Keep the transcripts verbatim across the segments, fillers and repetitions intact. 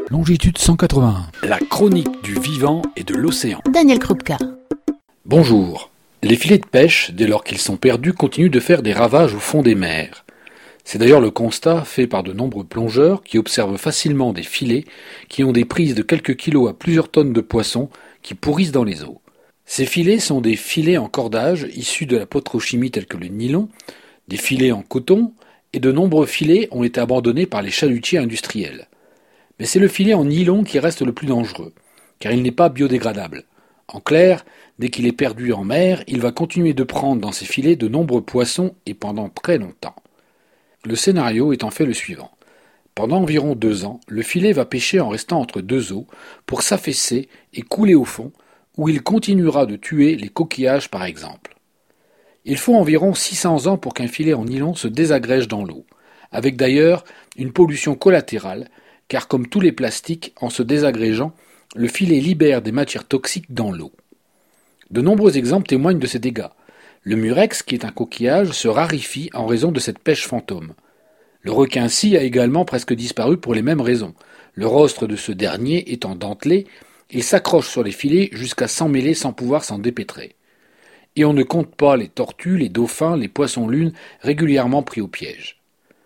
Longitude cent quatre-vingt-un. La chronique du vivant et de l'océan. Daniel Krupka. Bonjour. Les filets de pêche, dès lors qu'ils sont perdus, continuent de faire des ravages au fond des mers. C'est d'ailleurs le constat fait par de nombreux plongeurs qui observent facilement des filets qui ont des prises de quelques kilos à plusieurs tonnes de poissons qui pourrissent dans les eaux. Ces filets sont des filets en cordage issus de la pétrochimie tels que le nylon, des filets en coton, et de nombreux filets ont été abandonnés par les chalutiers industriels. Mais c'est le filet en nylon qui reste le plus dangereux, car il n'est pas biodégradable. En clair, dès qu'il est perdu en mer, il va continuer de prendre dans ses filets de nombreux poissons et pendant très longtemps. Le scénario est en fait le suivant. Pendant environ deux ans, le filet va pêcher en restant entre deux eaux pour s'affaisser et couler au fond, où il continuera de tuer les coquillages par exemple. Il faut environ six cents ans pour qu'un filet en nylon se désagrège dans l'eau, avec d'ailleurs une pollution collatérale, car comme tous les plastiques, en se désagrégeant, le filet libère des matières toxiques dans l'eau. De nombreux exemples témoignent de ces dégâts. Le murex, qui est un coquillage, se raréfie en raison de cette pêche fantôme. Le requin-scie a également presque disparu pour les mêmes raisons. Le rostre de ce dernier étant dentelé, il s'accroche sur les filets jusqu'à s'emmêler sans pouvoir s'en dépêtrer. Et on ne compte pas les tortues, les dauphins, les poissons-lunes régulièrement pris au piège.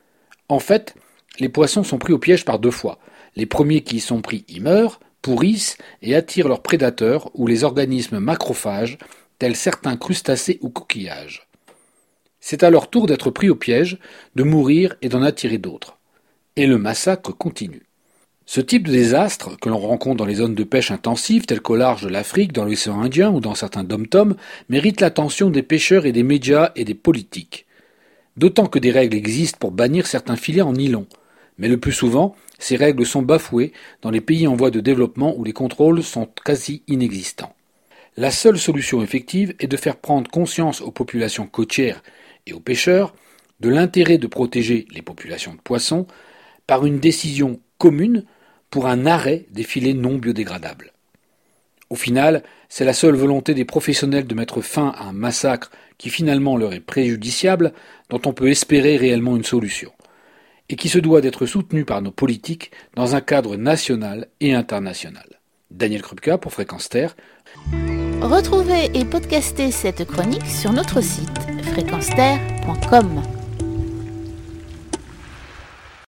En fait, les poissons sont pris au piège par deux fois. Les premiers qui y sont pris y meurent, pourrissent et attirent leurs prédateurs ou les organismes macrophages, tels certains crustacés ou coquillages. C'est à leur tour d'être pris au piège, de mourir et d'en attirer d'autres. Et le massacre continue. Ce type de désastre, que l'on rencontre dans les zones de pêche intensives, telles qu'au large de l'Afrique, dans l'océan Indien ou dans certains dom-toms, mérite l'attention des pêcheurs et des médias et des politiques. D'autant que des règles existent pour bannir certains filets en nylon. Mais le plus souvent, ces règles sont bafouées dans les pays en voie de développement où les contrôles sont quasi inexistants. La seule solution effective est de faire prendre conscience aux populations côtières et aux pêcheurs de l'intérêt de protéger les populations de poissons par une décision commune pour un arrêt des filets non biodégradables. Au final, c'est la seule volonté des professionnels de mettre fin à un massacre qui finalement leur est préjudiciable dont on peut espérer réellement une solution, et qui se doit d'être soutenu par nos politiques dans un cadre national et international. Daniel Krupka pour Fréquence Terre. Retrouvez et podcastez cette chronique sur notre site fréquence terre point com.